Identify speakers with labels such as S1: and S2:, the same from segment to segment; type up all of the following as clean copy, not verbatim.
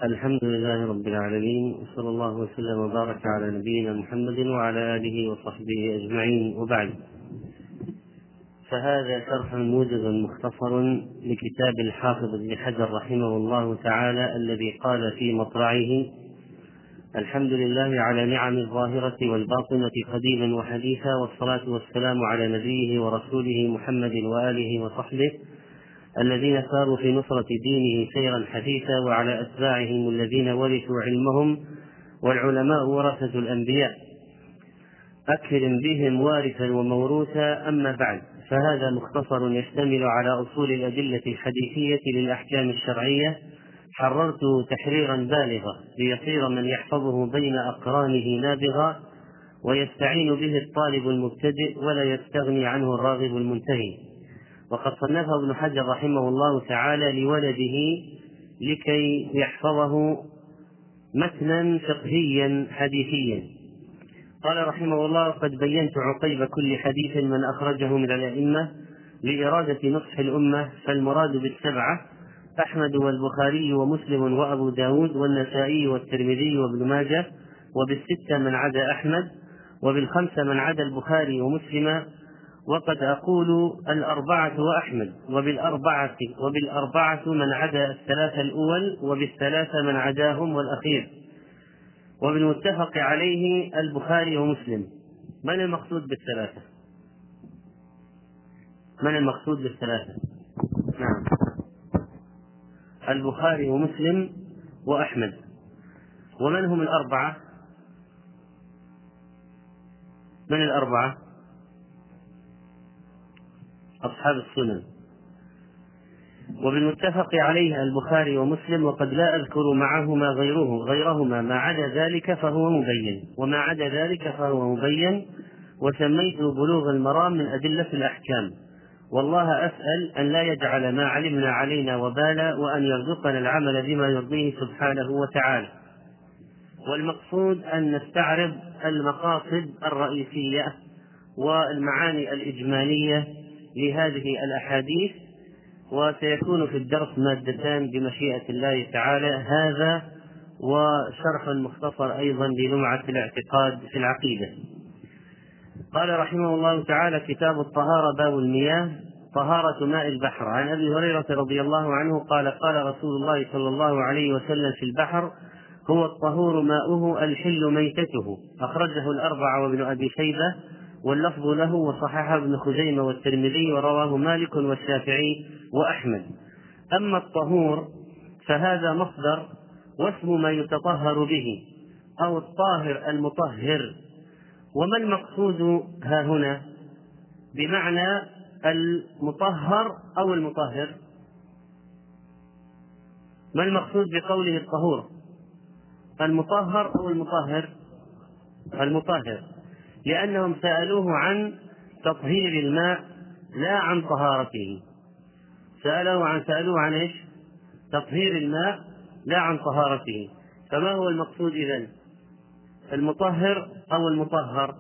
S1: الحمد لله رب العالمين، وصلى الله وسلم وبارك على نبينا محمد وعلى آله وصحبه أجمعين، وبعد. فهذا شرح موجز مختصر لكتاب الحافظ ابن حجر رحمه الله تعالى الذي قال في مطلعه: الحمد لله على نعم الظاهرة والباطنة قديما وحديثا، والصلاة والسلام على نبيه ورسوله محمد وآله وصحبه الذين ساروا في نصرة دينه سيرا حثيثا، وعلى أتباعهم الذين ورثوا علمهم، والعلماء ورثة الأنبياء، أكرم بهم وارثا وموروثا. أما بعد، فهذا مختصر يشتمل على أصول الأدلة الحديثية للأحكام الشرعية، حررته تحريرا بالغا ليصير من يحفظه بين أقرانه نابغا، ويستعين به الطالب المبتدئ ولا يستغني عنه الراغب المنتهي. وقد صنفه ابن حجر رحمه الله تعالى لولده لكي يحفظه متنا فقهيا حديثيا. قال رحمه الله: قد بينت عقيب كل حديث من أخرجه من الأئمة لإرادة نصح الأمة، فالمراد بالسبعة أحمد والبخاري ومسلم وأبو داود والنسائي والترمذي وابن ماجه، وبالستة من عدا أحمد، وبالخمسة من عدا البخاري ومسلم، وقد أقول الأربعة وأحمد، وبالأربعة من عدا الثلاثة الأول، وبالثلاثة من عداهم والأخير، وبالمتفق عليه البخاري ومسلم. من المقصود بالثلاثة؟ من المقصود بالثلاثة؟ نعم، البخاري ومسلم وأحمد. ومن هم الأربعة؟ من الأربعة؟ أصحاب السنن. وبالمتفق عليه البخاري ومسلم، وقد لا أذكر معهما غيرهما، ما عدا ذلك فهو مبين، وما عدا ذلك فهو مبين، وسميته بلوغ المرام من أدلة الأحكام. والله أسأل أن لا يجعل ما علمنا علينا وبالا، وأن يرزقنا العمل بما يرضيه سبحانه وتعالى. والمقصود أن نستعرض المقاصد الرئيسية والمعاني الإجمالية لهذه الأحاديث، وسيكون في الدرس مادتان بمشيئة الله تعالى، هذا وشرح مختصر أيضا للمعة الاعتقاد في العقيدة. قال رحمه الله تعالى: كتاب الطهارة، باب المياه، طهارة ماء البحر. عن أبي هريرة رضي الله عنه قال: قال رسول الله صلى الله عليه وسلم في البحر: هو الطهور ماؤه الحل ميتته. أخرجه الأربعة وابن أبي شيبة، واللفظ له، وصححه ابن خزيمة والترمذي، ورواه مالك والشافعي وأحمد. أما الطهور فهذا مصدر، واسم ما يتطهر به، أو الطاهر المطهر. وما المقصود ها هنا بمعنى المطهر أو المطهر؟ ما المقصود بقوله الطهور؟ المطهر أو المطهر؟ المطهر، لأنهم سألوه عن تطهير الماء لا عن طهارته. سألوه عن إيش؟ تطهير الماء لا عن طهارته. فما هو المقصود إذن؟ المطهر أو المطهر؟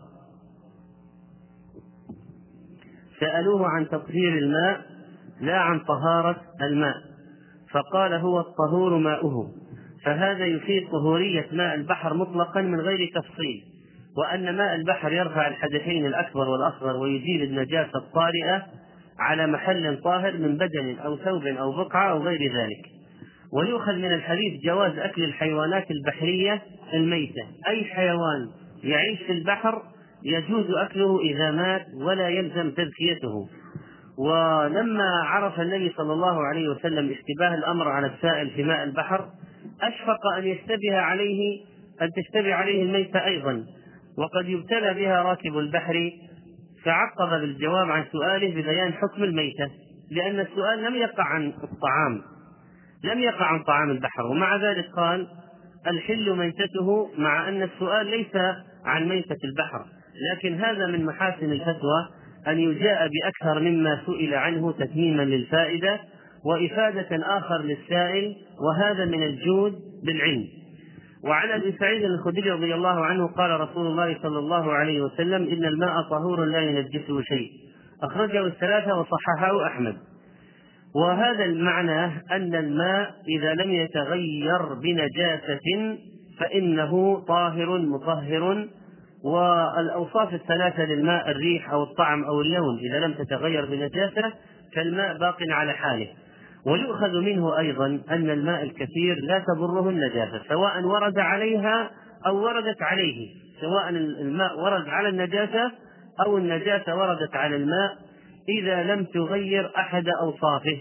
S1: سألوه عن تطهير الماء لا عن طهارة الماء، فقال: هو الطهور ماؤه. فهذا يفيد طهورية ماء البحر مطلقا من غير تفصيل، وأن ماء البحر يرفع الحدثين الأكبر والأصغر، ويزيل النجاسة الطارئة على محل طاهر من بدن أو ثوب أو بقعة أو غير ذلك. ويؤخذ من الحديث جواز أكل الحيوانات البحرية الميتة، أي حيوان يعيش في البحر يجوز أكله إذا مات ولا يلزم تزكيته. ولما عرف النبي صلى الله عليه وسلم اشتباه الأمر على السائل في ماء البحر، أشفق أن تشتبه عليه الميتة أيضا، وقد يبتلى بها راكب البحر، فعقب بالجواب عن سؤاله ببيان حكم الميتة، لأن السؤال لم يقع عن طعام البحر، ومع ذلك قال: الحل ميتته، مع أن السؤال ليس عن ميتة البحر. لكن هذا من محاسن الفتوى، أن يجاء بأكثر مما سئل عنه تتميما للفائدة وإفادة آخر للسائل، وهذا من الجود بالعلم. وعن أبي سعيد الخدري رضي الله عنه قال: رسول الله صلى الله عليه وسلم: إن الماء طهور لا ينجسه شيء. أخرجه الثلاثة وصححه أحمد. وهذا المعنى أن الماء إذا لم يتغير بنجاسة فإنه طاهر مطهر. والأوصاف الثلاثة للماء، الريح أو الطعم أو اللون، إذا لم تتغير بنجاسة فالماء باق على حاله. ويؤخذ منه أيضا أن الماء الكثير لا تضره النجاسة سواء ورد عليها أو وردت عليه، سواء الماء ورد على النجاسة أو النجاسة وردت على الماء إذا لم تغير أحد أوصافه.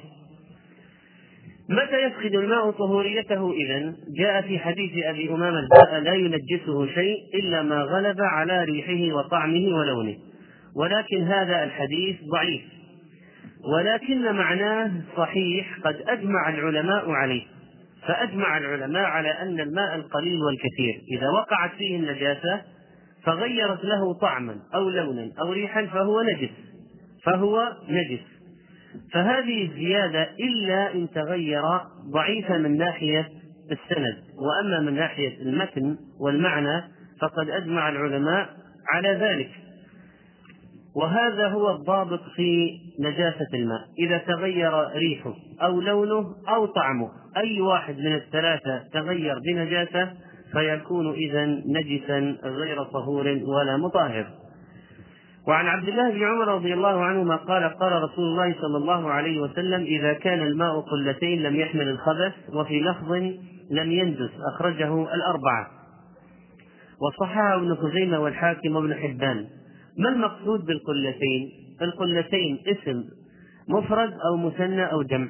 S1: متى يفقد الماء طهوريته؟ إذن جاء في حديث أبي أمامة الماء لا ينجسه شيء إلا ما غلب على ريحه وطعمه ولونه، ولكن هذا الحديث ضعيف، ولكن معناه صحيح قد أجمع العلماء عليه. فأجمع العلماء على أن الماء القليل والكثير إذا وقعت فيه النجاسة فغيرت له طعما أو لونا أو ريحا فهو نجس. فهذه الزيادة إلا إن تغير ضعيفة من ناحية السند، وأما من ناحية المتن والمعنى فقد أجمع العلماء على ذلك. وهذا هو الضابط في نجاسة الماء، إذا تغير ريحه أو لونه أو طعمه، أي واحد من الثلاثة تغير بنجاسة فيكون إذن نجسا غير طهور ولا مطهر. وعن عبد الله بن عمر رضي الله عنهما قال قال رسول الله صلى الله عليه وسلم: إذا كان الماء قلتين لم يحمل الخبث. وفي لفظ: لم ينجس، أخرجه الأربعة، وصححه ابن خزيمة والحاكم وابن حبان. ما المقصود بالقلتين؟ القلتين اسم مفرد أو مثنى أو جمع؟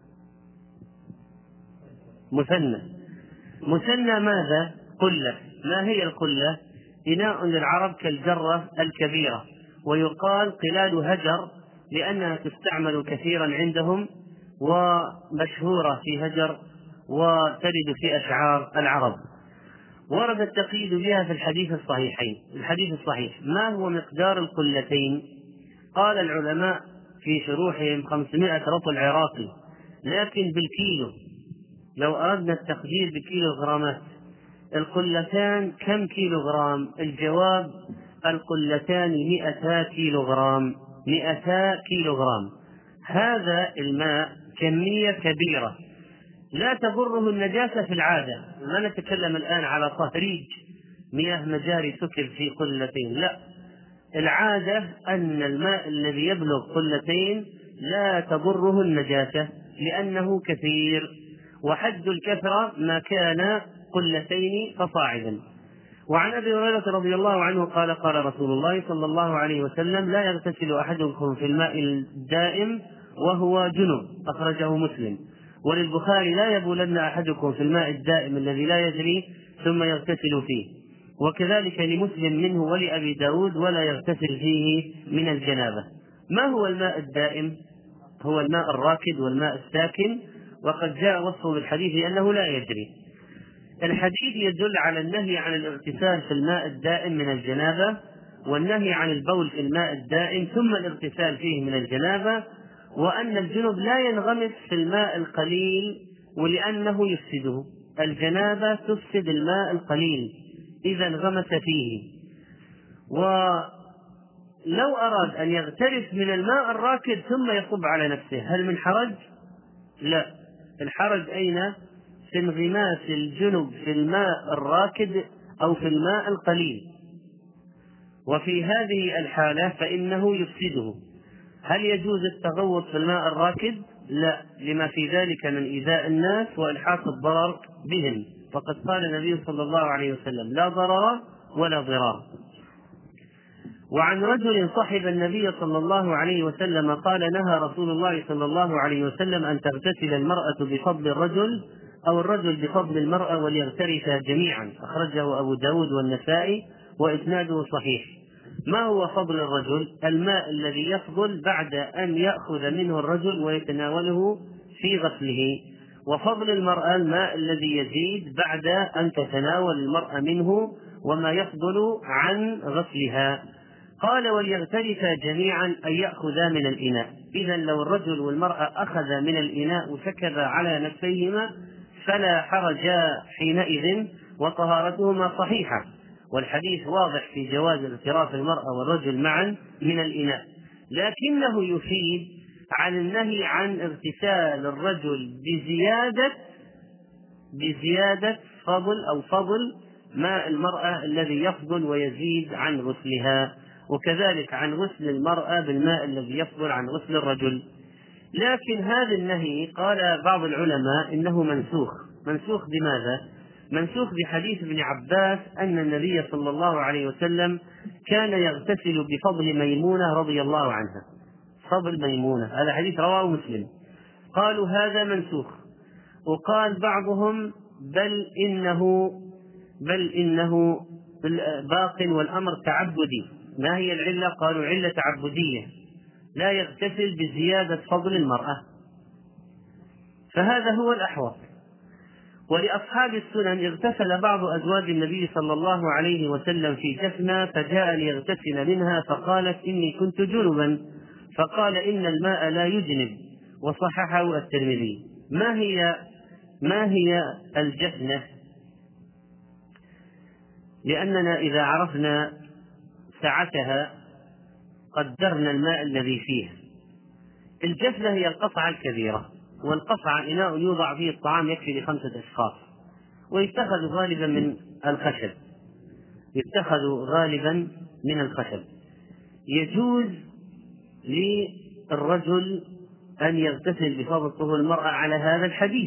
S1: مثنى. ماذا؟ قلة. ما هي القلة؟ إناء للعرب كالجرة الكبيرة، ويقال قلال هجر لأنها تستعمل كثيرا عندهم ومشهورة في هجر وترد في أشعار العرب. ورد التقييد بها في الحديث الصحيح. ما هو مقدار القلتين؟ قال العلماء في شروحهم 500 رطل عراقي، لكن بالكيلو. لو أردنا التقدير بكيلو غرامات، القلتان كم كيلو غرام؟ الجواب: القلتان 200 كيلو غرام. هذا الماء كمية كبيرة لا تضره النجاسة في العادة. ما نتكلم الآن على تهريج مياه مجاري سكر في قلتين، لا، العادة أن الماء الذي يبلغ قلتين لا تضره النجاسة لأنه كثير، وحد الكثرة ما كان قلتين فصاعدا. وعن أبي هريرة رضي الله عنه قال قال رسول الله صلى الله عليه وسلم: لا يغتسل أحدكم في الماء الدائم وهو جنب، أخرجه مسلم. وللبخاري: لا يبولن أحدكم في الماء الدائم الذي لا يجري ثم يغتسل فيه. وكذلك لمسلم منه ولأبي داود: ولا يغتسل فيه من الجنابة. ما هو الماء الدائم؟ هو الماء الراكد والماء الساكن، وقد جاء وصفه بالحديث أنه لا يجري. الحديث يدل على النهي عن الاغتسال في الماء الدائم من الجنابة، والنهي عن البول في الماء الدائم ثم الاغتسال فيه من الجنابة، وأن الجنب لا ينغمس في الماء القليل ولأنه يفسده. الجنابة تفسد الماء القليل إذا انغمس فيه. ولو أراد أن يغترف من الماء الراكد ثم يصب على نفسه، هل من حرج؟ لا. الحرج أين؟ في انغماس الجنب في الماء الراكد أو في الماء القليل، وفي هذه الحالة فإنه يفسده. هل يجوز التغوط في الماء الراكد؟ لا، لما في ذلك من إيذاء الناس وإلحاق الضرر بهم، فقد قال النبي صلى الله عليه وسلم: لا ضرر ولا ضرار. وعن رجل صحب النبي صلى الله عليه وسلم قال: نهى رسول الله صلى الله عليه وسلم أن تغتسل المرأة بفضل الرجل أو الرجل بفضل المرأة وليغترفا جميعا، أخرجه أبو داود والنسائي وإسناده صحيح. ما هو فضل الرجل؟ الماء الذي يفضل بعد أن يأخذ منه الرجل ويتناوله في غسله. وفضل المرأة الماء الذي يزيد بعد أن تتناول المرأة منه وما يفضل عن غسلها. قال: وليغترفا جميعا أن يأخذا من الإناء. إذن لو الرجل والمرأة أخذا من الإناء وسكبا على نفسيهما فلا حرج حينئذ وطهارتهما صحيحة. والحديث واضح في جواز اغتراف المرأة والرجل معا من الإناء، لكنه يفيد عن النهي عن اغتسال الرجل بزيادة فضل ماء المرأة الذي يفضل ويزيد عن غسلها، وكذلك عن غسل المرأة بالماء الذي يفضل عن غسل الرجل. لكن هذا النهي قال بعض العلماء إنه منسوخ بماذا؟ منسوخ بحديث ابن عباس أن النبي صلى الله عليه وسلم كان يغتسل بفضل ميمونة رضي الله عنها. فضل ميمونة، هذا حديث رواه مسلم. قالوا هذا منسوخ. وقال بعضهم بل إنه باق والأمر تعبدي. ما هي العلة؟ قالوا علة تعبدية، لا يغتسل بزيادة فضل المرأة. فهذا هو الأحوط. ولأصحاب السنن اغتسل بعض أزواج النبي صلى الله عليه وسلم في جفنة، فجاء ليغتسل منها فقالت إني كنت جنبا، فقال إن الماء لا يجنب، وصححه الترمذي. ما هي الجفنة؟ لأننا إذا عرفنا سعتها قدرنا الماء الذي فيها. الجفنة هي القصعة الكبيرة، والقصعة إناء يوضع فيه الطعام يكفي ل5 أشخاص، ويتخذ غالبا من الخشب. يجوز للرجل أن يغتسل بفضل طهور المرأة على هذا الحديث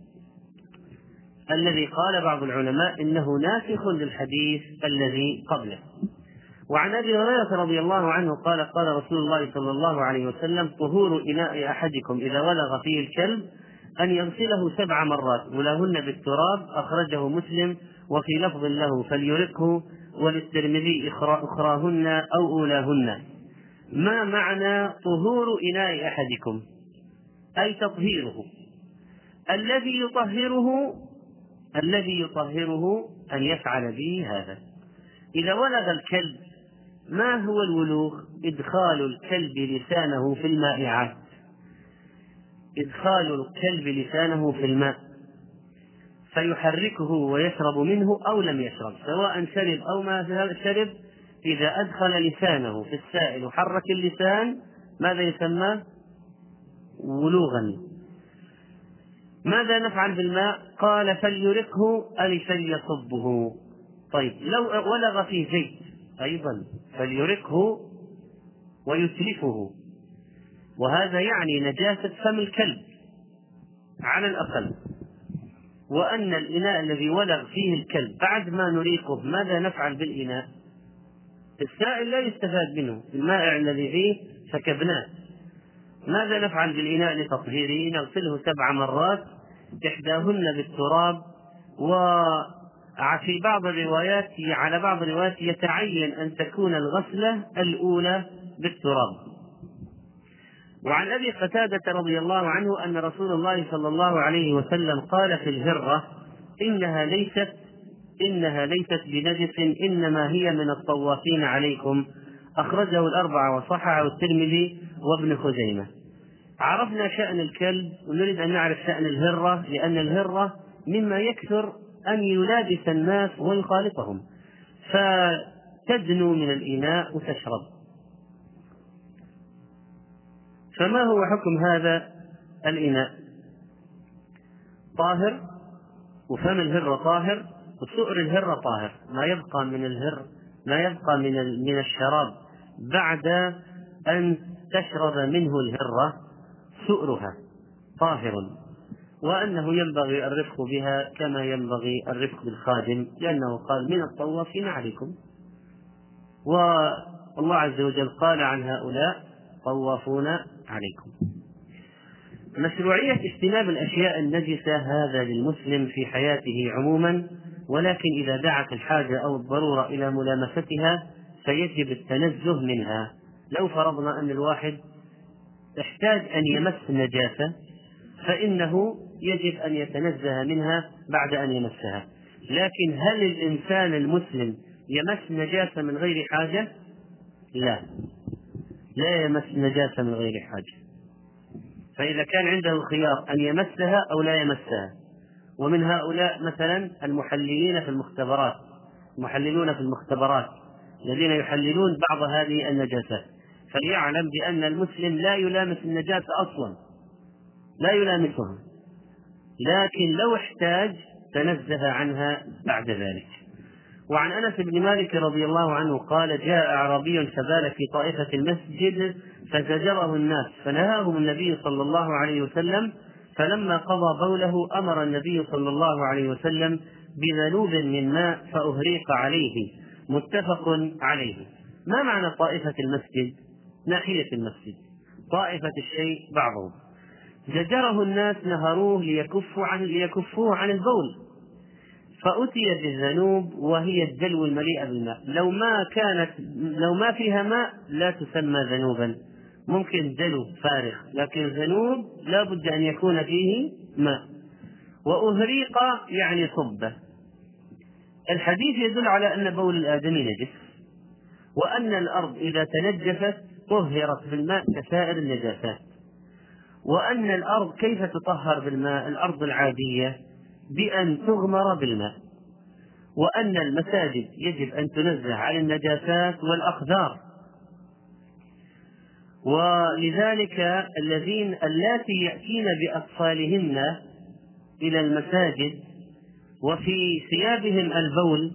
S1: الذي قال بعض العلماء إنه ناسخ للحديث الذي قبله. وعن أبي هريرة رضي الله عنه قال قال رسول الله صلى الله عليه وسلم طهور إناء أحدكم إذا ولغ فيه الكلب أن يغسله 7 مرات أولاهن بالتراب، أخرجه مسلم. وفي لفظ له فليرقه، وللترمذي أخراهن أو أولاهن. ما معنى طهور إناء أحدكم؟ أي تطهيره. الذي يطهره أن يفعل به هذا. إذا ولغ الكلب، ما هو الولوغ؟ إدخال الكلب لسانه في المائعات، إدخال الكلب لسانه في الماء فيحركه ويشرب منه أو لم يشرب، سواء شرب أو ما شرب. إذا أدخل لسانه في السائل وحرك اللسان، ماذا يسمى؟ ولوغا. ماذا نفعل بالماء؟ قال فليرقه أي فليصبه. طيب لو ولغ فيه زيت أيضا فليرقه ويتلفه، وهذا يعني نجاسة فم الكلب على الأقل. وأن الإناء الذي ولغ فيه الكلب بعد ما نريقه، ماذا نفعل بالإناء؟ السائل لا يستفاد منه، المائع الذي فيه سكبناه. ماذا نفعل بالإناء لتطهيره؟ نغسله 7 مرات، إحداهن بالتراب. وفي بعض الروايات على بعض الروايات يتعين أن تكون الغسلة الأولى بالتراب. وعن أبي قتادة رضي الله عنه أن رسول الله صلى الله عليه وسلم قال في الهرة إنها ليست بنجس، إنما هي من الطوافين عليكم، أخرجه الأربعة وصححه الترمذي وابن خزيمة. عرفنا شأن الكلب، ونريد أن نعرف شأن الهرة، لأن الهرة مما يكثر أن يلابس الناس ويخالطهم، فتدنو من الإناء وتشرب. فما هو حكم هذا الإناء؟ طاهر، وفم الهرة طاهر، وسؤر الهرة طاهر. ما يبقى من الشراب بعد أن تشرب منه الهرة سؤرها طاهر، وأنه ينبغي الرفق بها كما ينبغي الرفق بالخادم، لأنه قال من الطوافين عليكم، والله عز وجل قال عن هؤلاء طوافون عليكم. مشروعية اجتناب الأشياء النجسة هذا للمسلم في حياته عموما، ولكن إذا دعت الحاجة أو الضرورة إلى ملامستها فيجب التنزه منها. لو فرضنا أن الواحد احتاج أن يمس النجاسة فإنه يجب أن يتنزه منها بعد أن يمسها. لكن هل الإنسان المسلم يمس نجاسة من غير حاجة؟ لا يمس نجاسة من غير حاجة. فإذا كان عنده الخيار أن يمسها أو لا يمسها، ومن هؤلاء مثلا المحللون في المختبرات الذين يحللون بعض هذه النجاسات، فليعلم بأن المسلم لا يلامس النجاسة أصلا، لا يلامسها، لكن لو احتاج تنزه عنها بعد ذلك. وعن أنس بن مالك رضي الله عنه قال: جاء أعرابي فبال في طائفة المسجد فزجره الناس فنهاهم النبي صلى الله عليه وسلم، فلما قضى بوله أمر النبي صلى الله عليه وسلم بذنوب من ماء فأهريق عليه، متفق عليه. ما معنى طائفة المسجد؟ ناحية المسجد، طائفة الشيء بعضهم. زجره الناس، نهروه ليكفوه عن البول، فأتي بالذنوب وهي الدلو المليئة بالماء. لو ما فيها ماء لا تسمى ذنوبا، ممكن دلو فارغ، لكن ذنوب لا بد أن يكون فيه ماء. وأهريق يعني صبه. الحديث يدل على أن بول الآدمي نجس، وأن الأرض إذا تنجست طهرت بالماء كسائر النجاسات، وأن الأرض كيف تطهر بالماء؟ الأرض العادية بأن تغمر بالماء، وأن المساجد يجب أن تنزه عن النجاسات والأقذار. ولذلك اللاتي يأتين بأطفالهن إلى المساجد وفي ثيابهم البول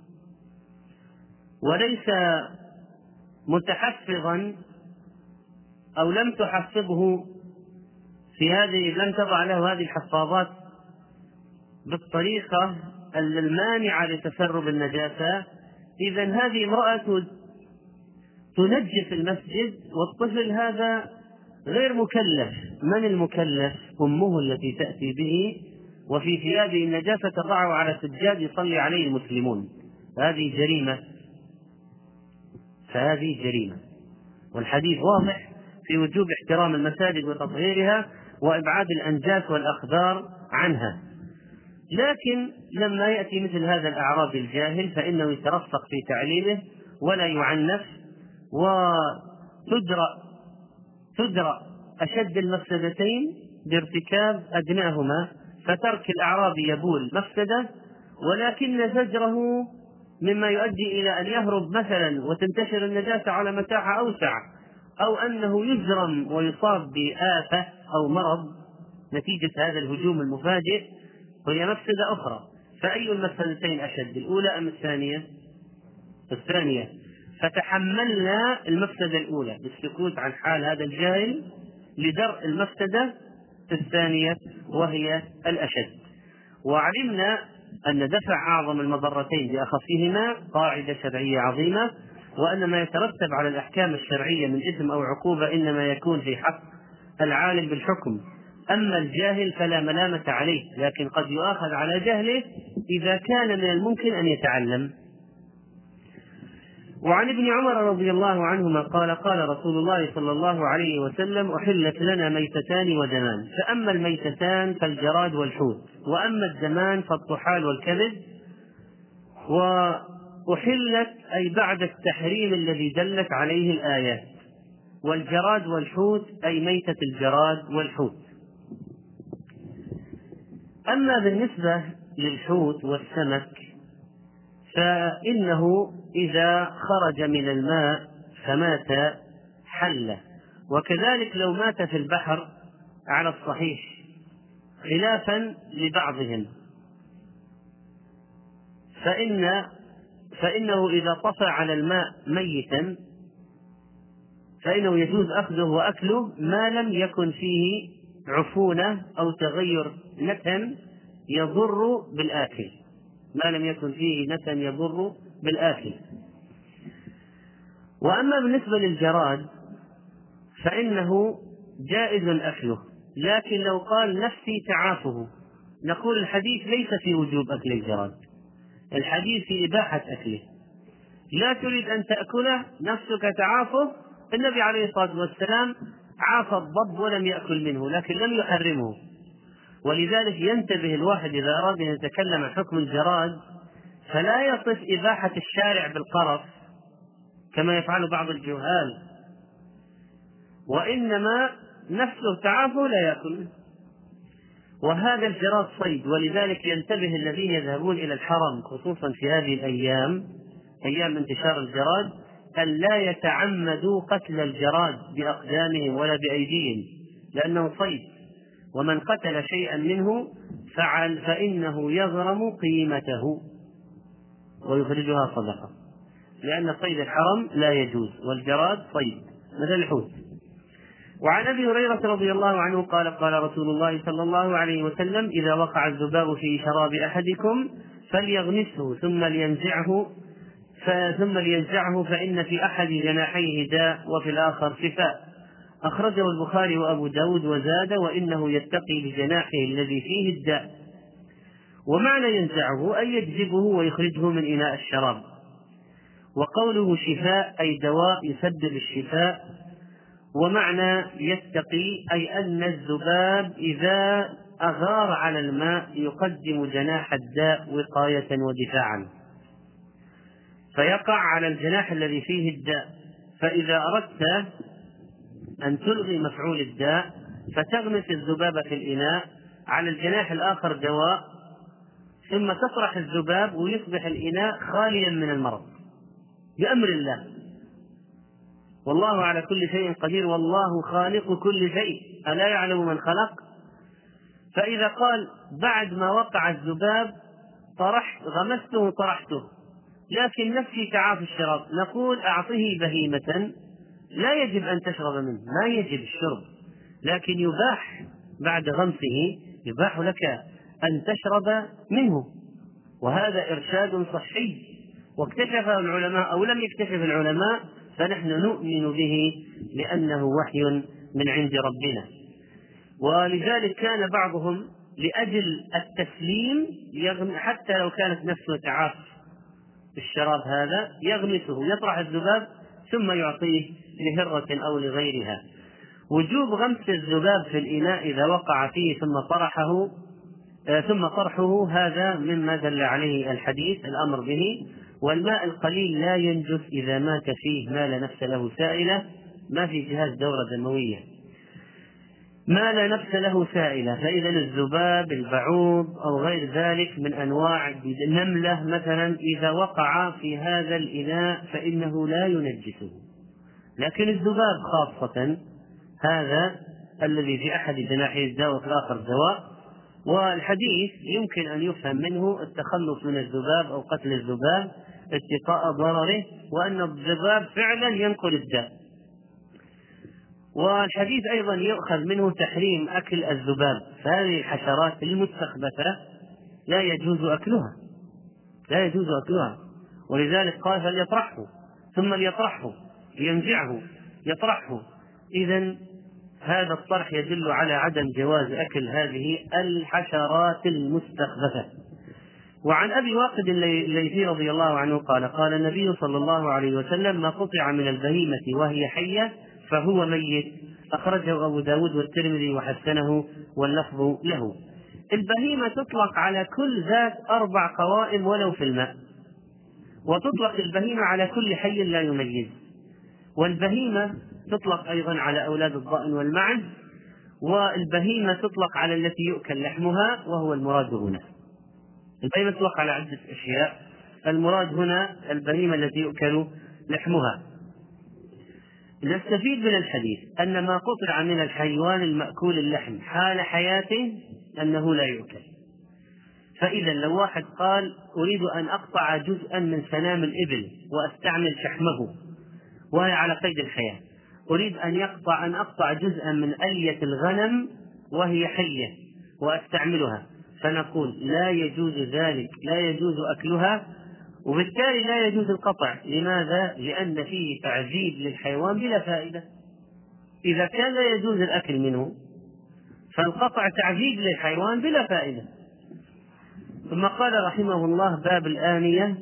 S1: وليس متحفظا أو لم تحفظه لم تضع له هذه الحفاظات بالطريقة المانعة لتسرب النجاسة، إذن هذه امرأة تنجس المسجد، والطفل هذا غير مكلف. من المكلف؟ أمه التي تأتي به وفي ثيابه النجاسة تضعه على سجاد يصلي عليه المسلمون. فهذه جريمة. والحديث واضح في وجوب احترام المساجد وتطهيرها وإبعاد الأنجاس والأقذار عنها. لكن لما يأتي مثل هذا الأعرابي الجاهل فإنه يترفق في تعليمه ولا يعنف، وتدرأ أشد المفسدتين بارتكاب أدناهما، فترك الأعرابي يبول مفسدة، ولكن زجره مما يؤدي إلى أن يهرب مثلا وتنتشر النجاسة على مساحة أوسع، أو أنه يجرم ويصاب بآفة أو مرض نتيجة هذا الهجوم المفاجئ، وهي مفسدة أخرى. فأي المفسدتين أشد، الأولى أم الثانية؟ الثانية. فتحملنا المفسدة الأولى بالسكوت عن حال هذا الجاهل لدرء المفسدة الثانية وهي الأشد. وعلمنا أن دفع أعظم المضرتين بأخفهما قاعدة شرعية عظيمة، وأن ما يترتب على الأحكام الشرعية من إثم أو عقوبة إنما يكون في حق العالم بالحكم، أما الجاهل فلا ملامة عليه، لكن قد يؤاخذ على جهله إذا كان من الممكن أن يتعلم. وعن ابن عمر رضي الله عنهما قال: قال رسول الله صلى الله عليه وسلم: أحلت لنا ميتتان ودمان، فأما الميتتان فالجراد والحوت، وأما الدمان فالطحال والكبد. وأحلت أي بعد التحريم الذي دلت عليه الآيات، والجراد والحوت أي ميتة الجراد والحوت. أما بالنسبة للحوت والسمك فإنه إذا خرج من الماء فمات حل، وكذلك لو مات في البحر على الصحيح، خلافا لبعضهم، فإنه إذا طفى على الماء ميتا فإنه يجوز أخذه وأكله ما لم يكن فيه عفونة أو تغير نتن يضر بالآكل، ما لم يكن فيه نتن يضر بالآكل. وأما بالنسبة للجراد فإنه جائز أكله، لكن لو قال نفسي تعافه نقول الحديث ليس في وجوب أكل الجراد، الحديث في إباحة أكله. لا تريد أن تأكله نفسك تعافه، النبي عليه الصلاة والسلام عاف الضب ولم يأكل منه لكن لم يحرمه. ولذلك ينتبه الواحد إذا أراد أن يتكلم عن حكم الجراد فلا يصف إباحة الشارع بالقرف كما يفعل بعض الجهال، وإنما نفسه تعافه لا يأكل. وهذا الجراد صيد، ولذلك ينتبه الذين يذهبون إلى الحرم خصوصا في هذه الأيام، أيام انتشار الجراد، أن لا يتعمدوا قتل الجراد بأقدامهم ولا بأيديهم، لأنه صيد، ومن قتل شيئا منه فإنه يغرم قيمته ويخرجها صدقة، لأن صيد الحرم لا يجوز، والجراد صيد مثل الحوت. وعن أبي هريرة رضي الله عنه قال قال رسول الله صلى الله عليه وسلم: إذا وقع الذباب في شراب أحدكم فليغمسه ثم لينزعه فإن في أحد جناحيه داء وفي الآخر شفاء. أخرجه البخاري وأبو داود وزاد: وإنه يتقي بجناحه الذي فيه الداء. ومعنى ينزعه أي يجذبه ويخرجه من إناء الشراب. وقوله شفاء أي دواء يسبب الشفاء. ومعنى يتقي أي أن الذباب إذا أغار على الماء يقدم جناح الداء وقاية ودفاعا، فيقع على الجناح الذي فيه الداء. فإذا أردت أن تلغي مفعول الداء فتغمس الذباب في الإناء على الجناح الآخر دواء، ثم تطرح الذباب ويصبح الإناء خاليا من المرض بأمر الله. والله على كل شيء قدير، والله خالق كل شيء، ألا يعلم من خلق. فإذا قال بعد ما وقع الذباب غمسته طرحته، لكن نفسي تعافي الشراب، نقول أعطه بهيمة لا يجب أن تشرب منه، ما يجب الشرب، لكن يباح بعد غمسه، يباح لك أن تشرب منه. وهذا إرشاد صحي واكتشفه العلماء أو لم يكتشف العلماء، فنحن نؤمن به لأنه وحي من عند ربنا. ولذلك كان بعضهم لأجل التسليم حتى لو كانت نفسه تعاف الشراب هذا يغمسه، يطرح الذباب ثم يعطيه لهرة أو لغيرها. وجوب غمس الذباب في الإناء إذا وقع فيه ثم طرحه هذا مما دل عليه الحديث الأمر به. والماء القليل لا ينجس إذا مات فيه ما لا نفس له سائلة، ما في جهاز دورة دموية، ما لا نفس له سائلة. فإذا الذباب البعوض أو غير ذلك من أنواع النملة مثلا إذا وقع في هذا الإناء فإنه لا ينجسه، لكن الذباب خاصة هذا الذي في أحد جناحيه الداء وفي الآخر دواء. والحديث يمكن أن يفهم منه التخلص من الذباب أو قتل الذباب اتقاء ضرره، وأن الذباب فعلا ينقل الداء. والحديث أيضا يؤخذ منه تحريم أكل الذباب، فهذه الحشرات المستخبثة لا يجوز أكلها، ولذلك قال فليطرحه ثم ليطرحه لينزعه يطرحه. إذن هذا الطرح يدل على عدم جواز أكل هذه الحشرات المستخبثة. وعن أبي واقد الليثي رضي الله عنه قال قال النبي صلى الله عليه وسلم: ما قطع من البهيمة وهي حية فهو ميت. أخرجه أبو داود والترمذي وحسنه واللفظ له. البهيمة تطلق على كل ذات 4 قوائم ولو في الماء، وتطلق البهيمة على كل حي لا يميز. والبهيمة تطلق أيضا على أولاد الضأن والمعز. والبهيمة تطلق على التي يؤكل لحمها، وهو المراد هنا. البهيمة تطلق على عدة أشياء، المراد هنا البهيمة التي يؤكل لحمها. نستفيد من الحديث أن ما قطع من الحيوان المأكول اللحم حال حياته أنه لا يؤكل. فإذا لو واحد قال أريد أن أقطع جزءا من سنام الإبل وأستعمل شحمه وهي على قيد الحياة، أريد أن أقطع جزءا من ألية الغنم وهي حية وأستعملها، فنقول لا يجوز ذلك، لا يجوز أكلها، وبالتالي لا يجوز القطع. لماذا؟ لأن فيه تعذيب للحيوان بلا فائدة. إذا كان لا يجوز الأكل منه فالقطع تعذيب للحيوان بلا فائدة. ثم قال رحمه الله: باب الآنية،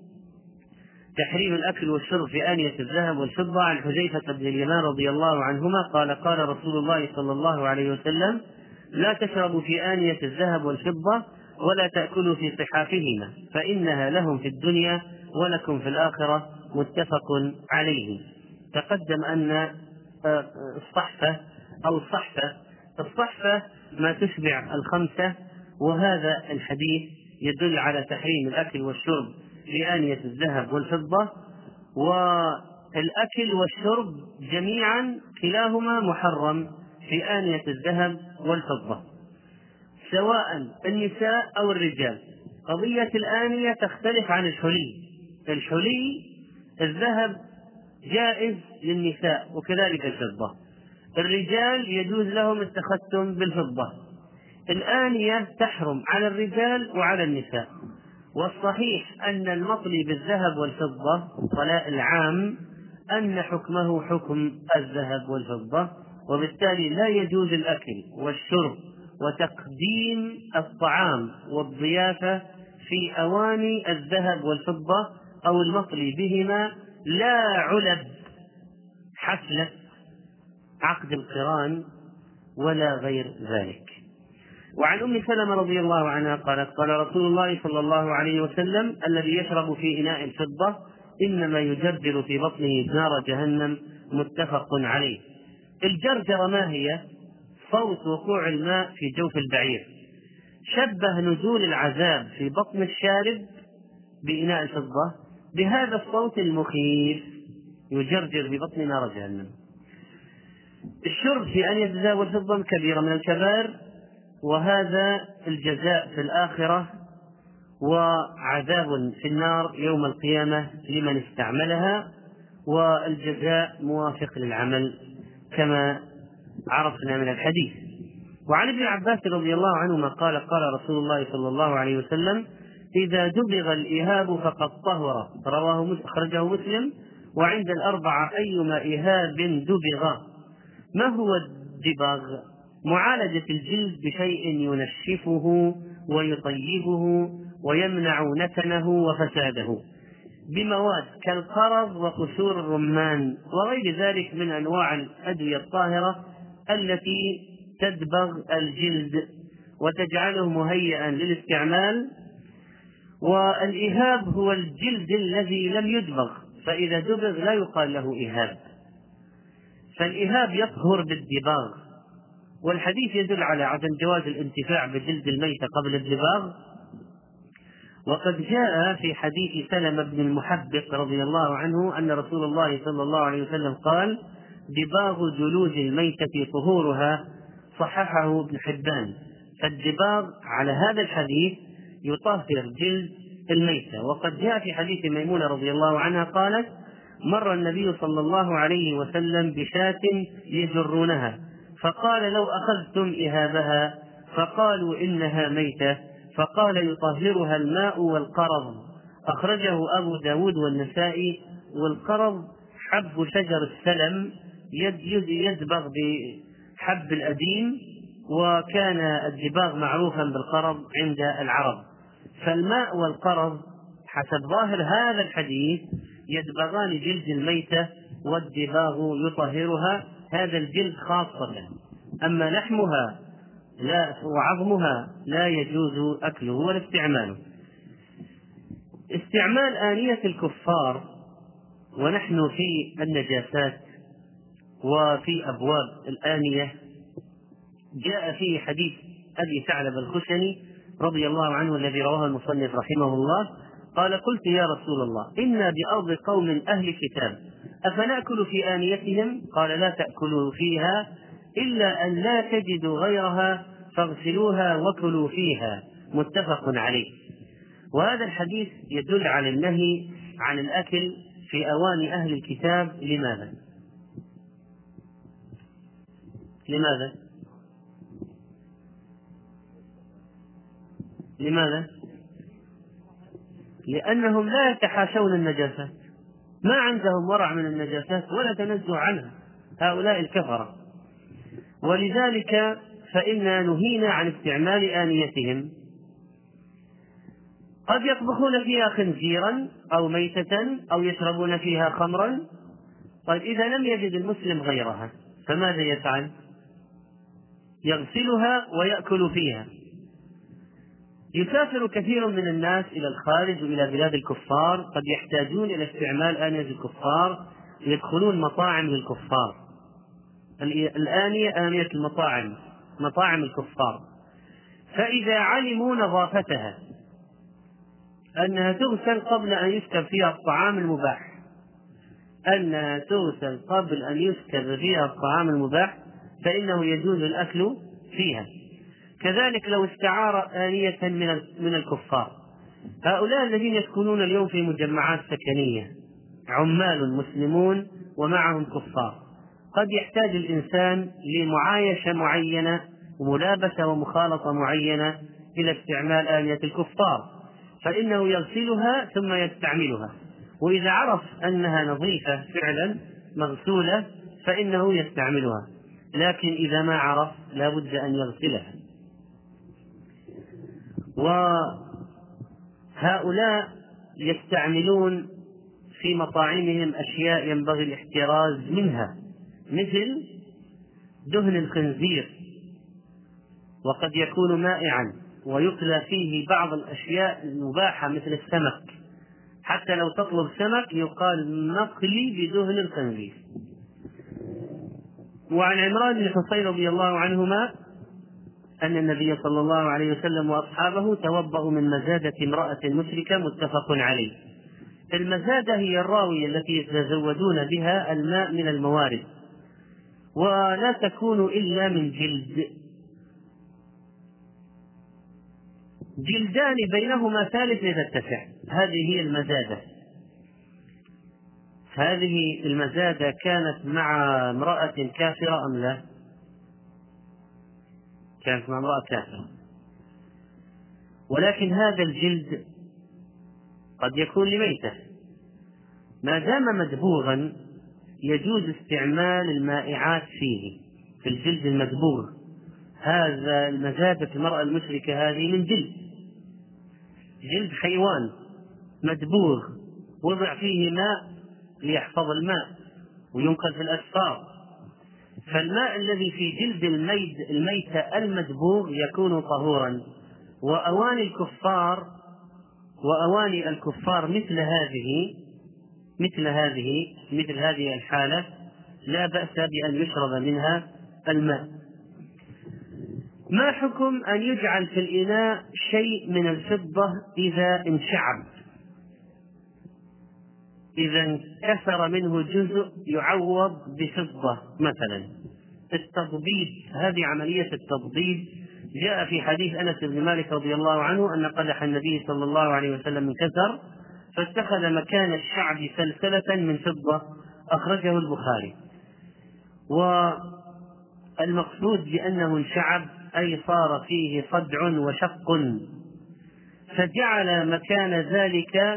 S1: تحريم الأكل والشرب في آنية الذهب والفضة. عن حذيفة بن اليمان رضي الله عنهما قال قال رسول الله صلى الله عليه وسلم: لا تشربوا في آنية الذهب والفضة ولا تأكلوا في صحافهما فإنها لهم في الدنيا ولكم في الآخرة. متفق عليه. تقدم أن الصحفة أو الصحفة ما تشبع الخمسة، وهذا الحديث يدل على تحريم الأكل والشرب في آنية الذهب والفضة. الأكل والشرب جميعا كلاهما محرم في آنية الذهب والفضة، سواء النساء أو الرجال. قضية الآنية تختلف عن الحلي. الحلي الذهب جائز للنساء وكذلك الفضة، الرجال يجوز لهم التختم بالفضة. الآنية تحرم على الرجال وعلى النساء. والصحيح أن المطلي بالذهب والفضة الطلاء العام أن حكمه حكم الذهب والفضة، وبالتالي لا يجوز الأكل والشرب وتقديم الطعام والضيافة في أواني الذهب والفضة أو المطلي بهما، لا علب حفلة عقد القران ولا غير ذلك. وعن أم سلمة رضي الله عنها قالت: قال رسول الله صلى الله عليه وسلم: الذي يشرب في إناء الفضة إنما يجرجر في بطنه نار جهنم. متفق عليه. الجرجرة ما هي؟ صوت وقوع الماء في جوف البعير. شبه نزول العذاب في بطن الشارب بإناء الفضة بهذا الصوت المخيف، يجرجر في بطن نار جهنم. الشرب في آنية الذهب والفضة كبيرة من الكبائر، وهذا الجزاء في الآخرة وعذاب في النار يوم القيامة لمن استعملها، والجزاء موافق للعمل كما عرفنا من الحديث. وعن ابن عباس رضي الله عنهما قال: قال رسول الله صلى الله عليه وسلم: إذا دبغ الإهاب فقد طهر. أخرجه مسلم. وعند الأربعة: أيما إهاب دبغ. ما هو الدباغ؟ معالجة الجلد بشيء ينشفه ويطيبه ويمنع نتنه وفساده بمواد كالقرض وقشور الرمان وغير ذلك من أنواع الأدوية الطاهرة التي تدبغ الجلد وتجعله مهيئا للاستعمال. والإهاب هو الجلد الذي لم يدبغ، فإذا دبغ لا يقال له إهاب، فالإهاب يطهر بالدباغ. والحديث يدل على عدم جواز الانتفاع بجلد الميت قبل الدباغ. وقد جاء في حديث سلمة بن المحبق رضي الله عنه أن رسول الله صلى الله عليه وسلم قال: دباغ جلود الميتة طهورها. صححه ابن حبان. فالدباغ على هذا الحديث يطهر جلد الميتة. وقد جاء في حديث ميمونة رضي الله عنها قالت: مر النبي صلى الله عليه وسلم بشاة يجرونها، فقال: لو أخذتم إهابها؟ فقالوا: إنها ميتة. فقال: يطهرها الماء والقرض. أخرجه أبو داود والنسائي. والقرض حب شجر السلم يدبغ بحب الأديم، وكان الدباغ معروفا بالقرض عند العرب. فالماء والقرض حسب ظاهر هذا الحديث يدبغان جلد الميتة، والدباغ يطهرها، هذا الجلد خاصة. أما لحمها لا وعظمها لا يجوز أكله ولا استعماله. استعمال آنية الكفار ونحن في النجاسات وفي أبواب الآنية، جاء في حديث أبي ثعلبة الخشني رضي الله عنه الذي رواه المصنف رحمه الله قال: قلت يا رسول الله: إنا بأرض قوم أهل كتاب، أفنأكل في آنيتهم؟ قال: لا تأكلوا فيها إلا أن لا تجدوا غيرها فاغسلوها وكلوا فيها. متفق عليه. وهذا الحديث يدل على النهي عن الأكل في أواني أهل الكتاب. لماذا؟ لأنهم لا يتحاشون النجاسات، ما عندهم ورع من النجاسات ولا تنزه عنها هؤلاء الكفرة، ولذلك فإنا نهينا عن استعمال آنيتهم. قد يطبخون فيها خنزيرا أو ميتة أو يشربون فيها خمرا. طيب إذا لم يجد المسلم غيرها فماذا يفعل؟ يغسلها ويأكل فيها. يسافر كثير من الناس إلى الخارج وإلى بلاد الكفار، قد يحتاجون إلى استعمال آنية الكفار، يدخلون مطاعم للكفار. الآنية آنية المطاعم، مطاعم الكفار، فإذا علموا نظافتها أنها تغسل قبل أن يسكب فيها الطعام المباح، أنها تغسل قبل أن يسكب فيها الطعام المباح فإنه يجوز الأكل فيها. كذلك لو استعار آنية من الكفار، هؤلاء الذين يسكنون اليوم في مجمعات سكنية عمال مسلمون ومعهم كفار، قد يحتاج الإنسان لمعايشة معينة وملابسة ومخالطة معينة إلى استعمال آنية الكفار، فإنه يغسلها ثم يستعملها، وإذا عرف أنها نظيفة فعلا مغسولة فإنه يستعملها، لكن إذا ما عرف لا بد أن يغسلها. وهؤلاء يستعملون في مطاعمهم أشياء ينبغي الاحتراز منها، مثل دهن الخنزير، وقد يكون مائعا ويقلى فيه بعض الأشياء المباحة مثل السمك، حتى لو تطلب سمك يقال نقلي بدهن الخنزير. وعن عمران بن حصين رضي الله عنهما أن النبي صلى الله عليه وسلم وأصحابه توضأوا من مزادة امرأة مشركة، متفق عليه. المزادة هي الراوية التي يتزودون بها الماء من الموارد، ولا تكون إلا من جلدان بينهما ثالث لتتسع، هذه هي المزادة. هذه المزادة كانت مع امرأة كافرة أم لا؟ كانت مع امرأة كافرة، ولكن هذا الجلد قد يكون لميتة، ما دام مدبوغا يجوز استعمال المائعات فيه، في الجلد المدبوغ. هذا المزادة المرأة المشركة هذه من جلد حيوان مدبوغ وضع فيه ماء ليحفظ الماء وينقل في الأسفار، فالماء الذي في جلد الميتة المدبوغ يكون طهورا. وأواني الكفار مثل هذه الحالة لا بأس بأن يشرب منها الماء. ما حكم أن يجعل في الإناء شيء من الفضة إذا انشعب، إذا انكسر منه جزء يعوض بفضة مثلا؟ التضبيب، هذه عملية التضبيب جاء في حديث أنس بن مالك رضي الله عنه أن قدح النبي صلى الله عليه وسلم انكسر فاتخذ مكان الشعب سلسلة من فضة، أخرجه البخاري. والمقصود بأنه انشعب أي صار فيه صدع وشق، فجعل مكان ذلك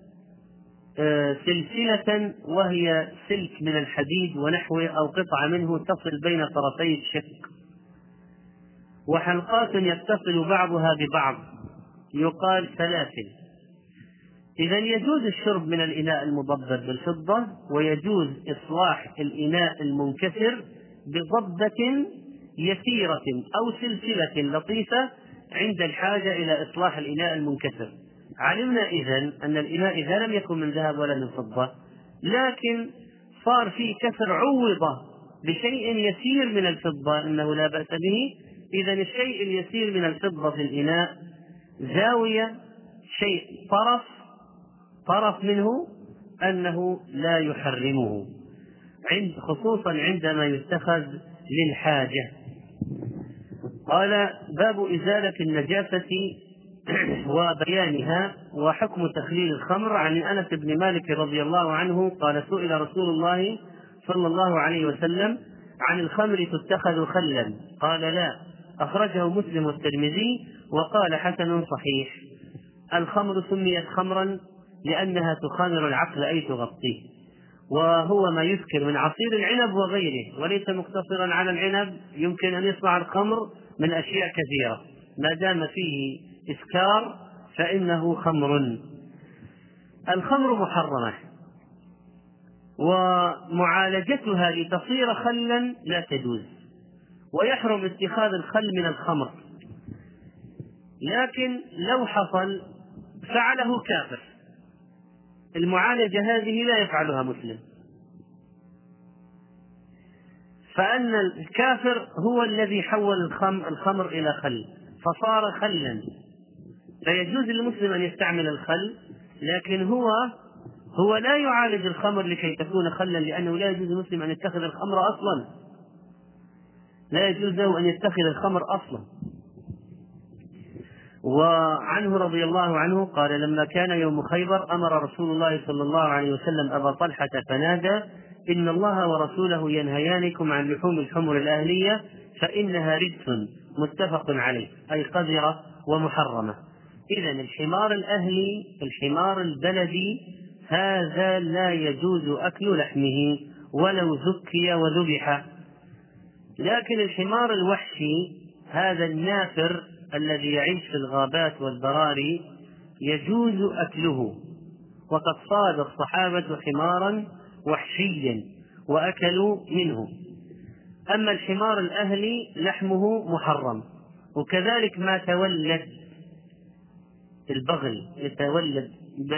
S1: سلسلة وهي سلك من الحديد ونحوه أو قطعة منه تصل بين طرفي الشق، وحلقات يتصل بعضها ببعض يقال سلاسل. إذا يجوز الشرب من الإناء المضبب بالفضة، ويجوز إصلاح الإناء المنكسر بضبة يسيرة أو سلسلة لطيفة عند الحاجة إلى إصلاح الإناء المنكسر. علمنا إذن أن الإناء إذا لم يكن من ذهب ولا من فضة لكن صار فيه كسر عوضة بشيء يسير من الفضة إنه لا بأس به. إذن الشيء اليسير من الفضة في الإناء زاوية شيء طرف منه أنه لا يحرمه، خصوصا عندما يتخذ للحاجة. قال: باب إزالة النجاسة وبيانها وحكم تخليل الخمر. عن أنس بن مالك رضي الله عنه قال: سئل رسول الله صلى الله عليه وسلم عن الخمر تتخذ خلا؟ قال: لا. أخرجه مسلم والترمذي وقال: حسن صحيح. الخمر سميت خمرا لأنها تخامر العقل أي تغطيه، وهو ما يسكر من عصير العنب وغيره، وليس مقتصرا على العنب، يمكن أن يصنع الخمر من أشياء كثيرة، ما دام فيه إسكار فإنه خمر. الخمر محرمة، ومعالجتها لتصير خلا لا تجوز، ويحرم اتخاذ الخل من الخمر، لكن لو حصل فعله كافر. المعالجة هذه لا يفعلها مسلم، فأن الكافر هو الذي حول الخمر إلى خل فصار خلا، فيجوز للمسلم أن يستعمل الخل، لكن هو هو لا يعالج الخمر لكي تكون خلا، لأنه لا يجوز للمسلم أن يتخذ الخمر أصلا، لا يجوز له أن يتخذ الخمر أصلا. وعنه رضي الله عنه قال: لما كان يوم خيبر أمر رسول الله صلى الله عليه وسلم أبا طلحة فنادى: إن الله ورسوله ينهيانكم عن لحوم الحمر الأهلية فإنها رجس، متفق عليه، أي قذرة ومحرمة. إذن الحمار الأهلي، الحمار البلدي، هذا لا يجوز أكل لحمه ولو ذكي وذبح. لكن الحمار الوحشي، هذا النافر الذي يعيش في الغابات والبراري، يجوز أكله، وقد صاد الصحابة حمارا وحشيا وأكلوا منه. أما الحمار الأهلي لحمه محرم. وكذلك ما تولد البغل، يتولد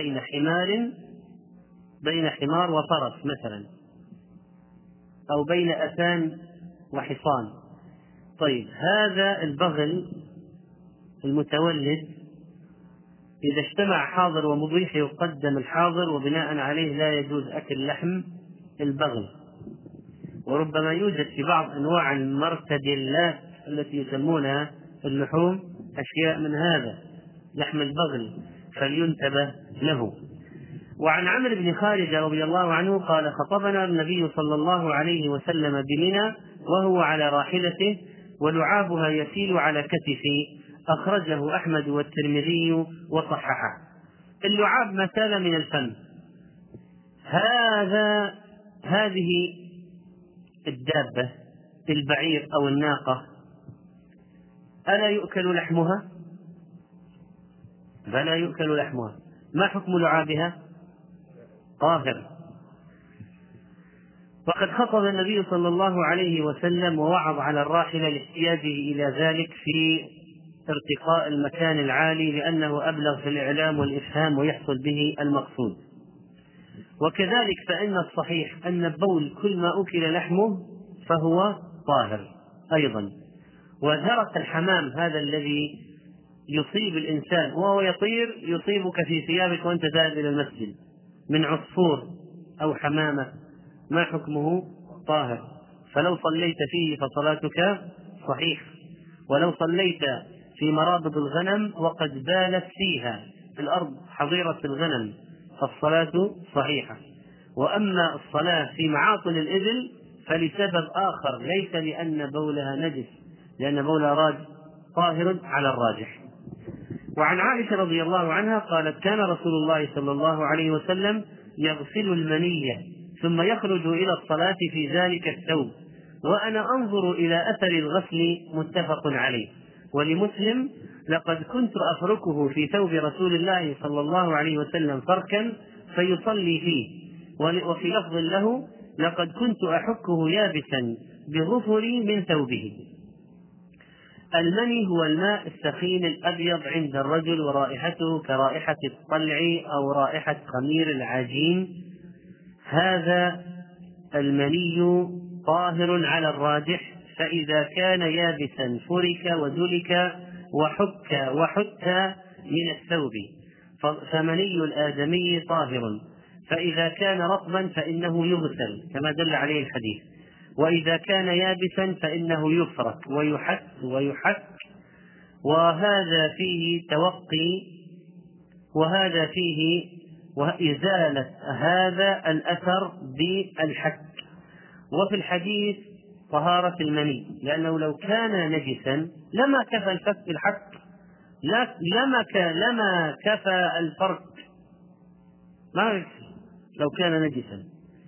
S1: بين حمار وفرس مثلا، أو بين أتان وحصان. طيب، هذا البغل المتولد إذا اجتمع حاضر ومبيح يقدم الحاضر، وبناء عليه لا يجوز أكل لحم البغل. وربما يوجد في بعض أنواع المرتدلات التي يسمونها اللحوم أشياء من هذا لحم البغل، فلينتبه له. وعن عمرو بن خارجة رضي الله عنه قال: خطبنا النبي صلى الله عليه وسلم بمنى وهو على راحلته ولعابها يسيل على كتفه، أخرجه أحمد والترمذي وصححه. اللعاب ما سال من الفم، هذه الدابة، البعير أو الناقة، ألا يؤكل لحمها؟ بلى يؤكل لحمها. ما حكم لعابها؟ طاهر. وقد خطب النبي صلى الله عليه وسلم ووعظ على الراحلة لاحتياجه إلى ذلك في ارتقاء المكان العالي، لأنه أبلغ في الإعلام والإفهام ويحصل به المقصود. وكذلك فإن الصحيح أن البول كل ما أكل لحمه فهو طاهر أيضا. وذرة الحمام هذا الذي يصيب الإنسان وهو يطير، يصيبك في ثيابك وأنت ذاهب إلى المسجد، من عصفور أو حمامة، ما حكمه؟ طاهر. فلو صليت فيه فصلاتك صحيح، ولو صليت في مرابض الغنم وقد بالت فيها في الأرض حظيرة الغنم فالصلاة صحيحة. وأما الصلاة في معاطن الإبل فلسبب آخر، ليس لأن بولها نجس، لأن بولها طاهر على الراجح. وعن عائشة رضي الله عنها قالت: كان رسول الله صلى الله عليه وسلم يغسل المنية ثم يخرج إلى الصلاة في ذلك الثوب، وأنا أنظر إلى أثر الغسل، متفق عليه. ولمسلم: لقد كنت أفركه في ثوب رسول الله صلى الله عليه وسلم فركا فيصلي فيه. وفي لفظ له: لقد كنت أحكه يابسا بظفري من ثوبه. المني هو الماء السخين الأبيض عند الرجل، ورائحته كرائحة الطلع أو رائحة خمير العجين. هذا المني طاهر على الراجح، فإذا كان يابسا فرك ودلك وحك من الثوب، فمني الآدمي طاهر. فإذا كان رطبا فإنه يغسل كما دل عليه الحديث، وإذا كان يابسا فإنه يفرك ويحك. وهذا فيه توقي، وهذا فيه وإزالة هذا الأثر بالحك. وفي الحديث طهارة المني، لأنه لو كان نجسا لما كفى الفك بالحك، لما كفى الفرك، ما لو كان نجسا.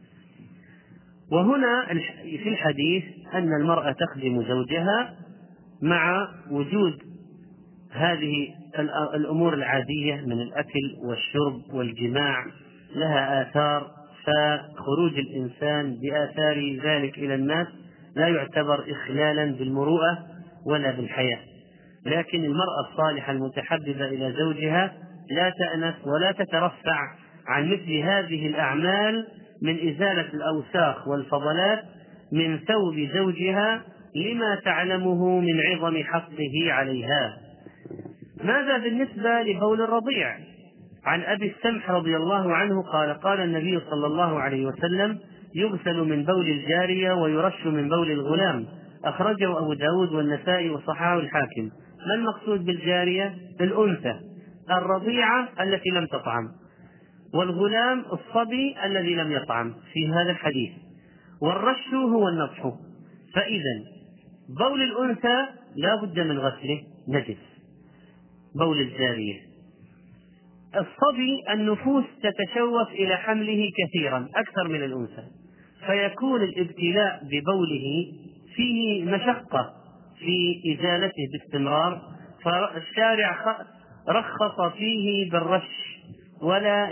S1: وهنا في الحديث أن المرأة تخدم زوجها مع وجود هذه الأمور العادية من الأكل والشرب والجماع لها آثار، فخروج الإنسان بآثار ذلك إلى الناس لا يعتبر إخلالا بالمروءة ولا بالحياة. لكن المرأة الصالحة المتحببة إلى زوجها لا تأنس ولا تترفع عن مثل هذه الأعمال من إزالة الأوساخ والفضلات من ثوب زوجها لما تعلمه من عظم حقه عليها. ماذا بالنسبة لبول الرضيع؟ عن أبي السمح رضي الله عنه قال قال النبي صلى الله عليه وسلم: يغسل من بول الجارية ويرش من بول الغلام. أخرجه أبو داود والنسائي وصححه الحاكم. ما المقصود بالجارية؟ الأنثى الرضيعة التي لم تطعم، والغلام الصبي الذي لم يطعم في هذا الحديث، والرش هو النضح. فإذا بول الأنثى لا بد من غسله، نجس. بول الجارية، الصبي النفوس تتشوف إلى حمله كثيرا أكثر من الأنثى، فيكون الابتلاء ببوله فيه مشقة في إزالته باستمرار، فالشارع رخص فيه بالرش ولا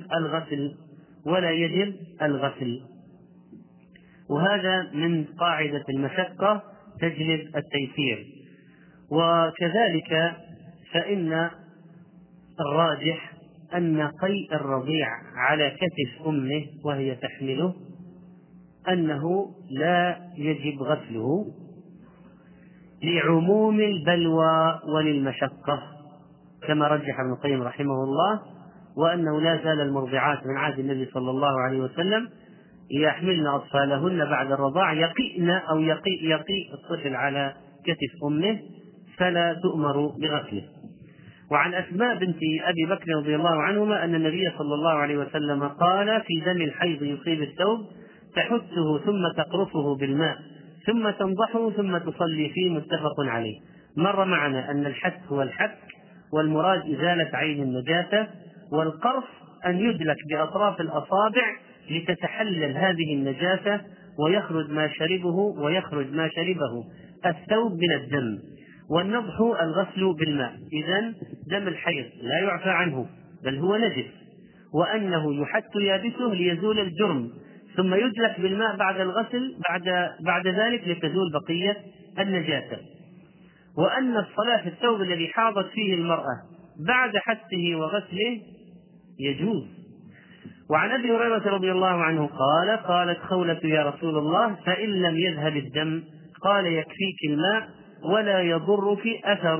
S1: يجب الغسل. وهذا من قاعدة المشقة تجلب التيسير. وكذلك فإن الراجح أن قيء الرضيع على كتف أمه وهي تحمله أنه لا يجب غسله لعموم البلوى وللمشقة، كما رجح ابن القيم رحمه الله، وأنه لا زال المرضعات من عهد النبي صلى الله عليه وسلم يحملن أطفالهن بعد الرضاع يقيءن أو يقيء الطفل على كتف أمه فلا تؤمر بغسله. وعن أسماء بنت أبي بكر رضي الله عنهما أن النبي صلى الله عليه وسلم قال: في دم الحيض يصيب الثوب تحثه ثم تقرفه بالماء ثم تنضحه ثم تصلي فيه. متفق عليه. مر معنا أن الحث هو الحك، والمراد إزالة عين النجاسة، والقرف أن يدلك بأطراف الأصابع لتتحلل هذه النجاسة ويخرج ما شربه الثوب من الدم. والنضح الغسل بالماء. إذن دم الحيض لا يعفى عنه بل هو نجس، وأنه يحت يابسه ليزول الجرم ثم يدلك بالماء بعد الغسل بعد ذلك لتزول بقية النجاسة. وأن الصلاة في الثوب الذي حاضت فيه المرأة بعد حته وغسله يجوز. وعن أبي هريرة رضي الله عنه قال: قالت خولة: يا رسول الله، فإن لم يذهب الدم؟ قال: يكفيك الماء ولا يضرك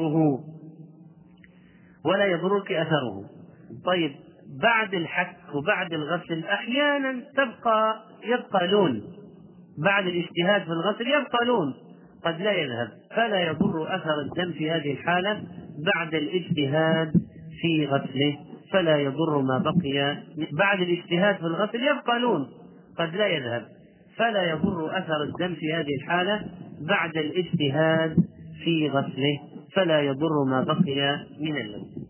S1: أثره. طيب، بعد الحك وبعد الغسل أحيانا يبقى لون، بعد الاجتهاد في الغسل يبقى لون قد لا يذهب، فلا يضر أثر الدم في هذه الحالة بعد الاجتهاد في غسله، فلا يضر ما بقي. بعد الاجتهاد في الغسل يبقى لون قد لا يذهب، فلا يضر أثر الدم في هذه الحالة بعد الاجتهاد في غسله، فلا يضر ما بقي من اللون.